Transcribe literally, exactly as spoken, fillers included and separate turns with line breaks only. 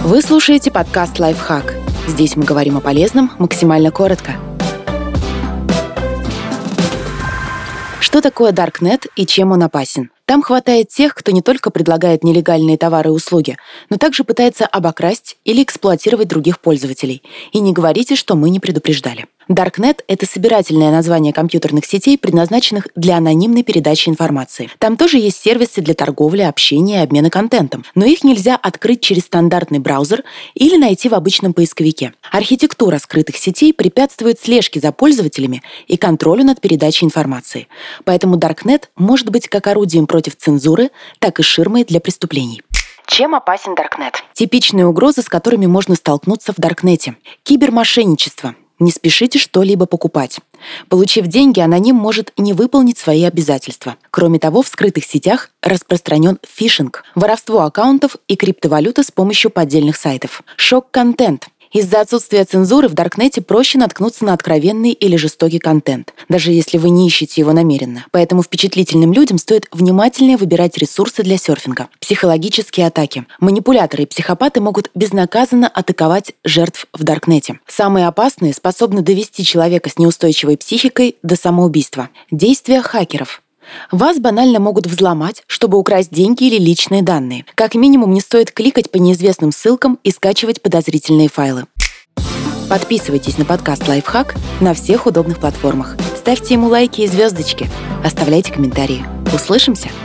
Вы слушаете подкаст «Лайфхак». Здесь мы говорим о полезном максимально коротко. Что такое Даркнет и чем он опасен? Там хватает тех, кто не только предлагает нелегальные товары и услуги, но также пытается обокрасть или эксплуатировать других пользователей. И не говорите, что мы не предупреждали. Даркнет — это собирательное название компьютерных сетей, предназначенных для анонимной передачи информации. Там тоже есть сервисы для торговли, общения и обмена контентом, но их нельзя открыть через стандартный браузер или найти в обычном поисковике. Архитектура скрытых сетей препятствует слежке за пользователями и контролю над передачей информации. Поэтому Даркнет может быть как орудием против цензуры, так и ширмой для преступлений. Чем опасен Даркнет? Типичные угрозы, с которыми можно столкнуться в Даркнете. Кибермошенничество. Не спешите что-либо покупать. Получив деньги, аноним может не выполнить свои обязательства. Кроме того, в скрытых сетях распространен фишинг – воровство аккаунтов и криптовалюта с помощью поддельных сайтов. Шок-контент. Из-за отсутствия цензуры в Даркнете проще наткнуться на откровенный или жестокий контент, даже если вы не ищете его намеренно. Поэтому впечатлительным людям стоит внимательнее выбирать ресурсы для серфинга. Психологические атаки. Манипуляторы и психопаты могут безнаказанно атаковать жертв в Даркнете. Самые опасные способны довести человека с неустойчивой психикой до самоубийства. Действия хакеров. Вас банально могут взломать, чтобы украсть деньги или личные данные. Как минимум, не стоит кликать по неизвестным ссылкам и скачивать подозрительные файлы. Подписывайтесь на подкаст «Лайфхак» на всех удобных платформах. Ставьте ему лайки и звездочки. Оставляйте комментарии. Услышимся!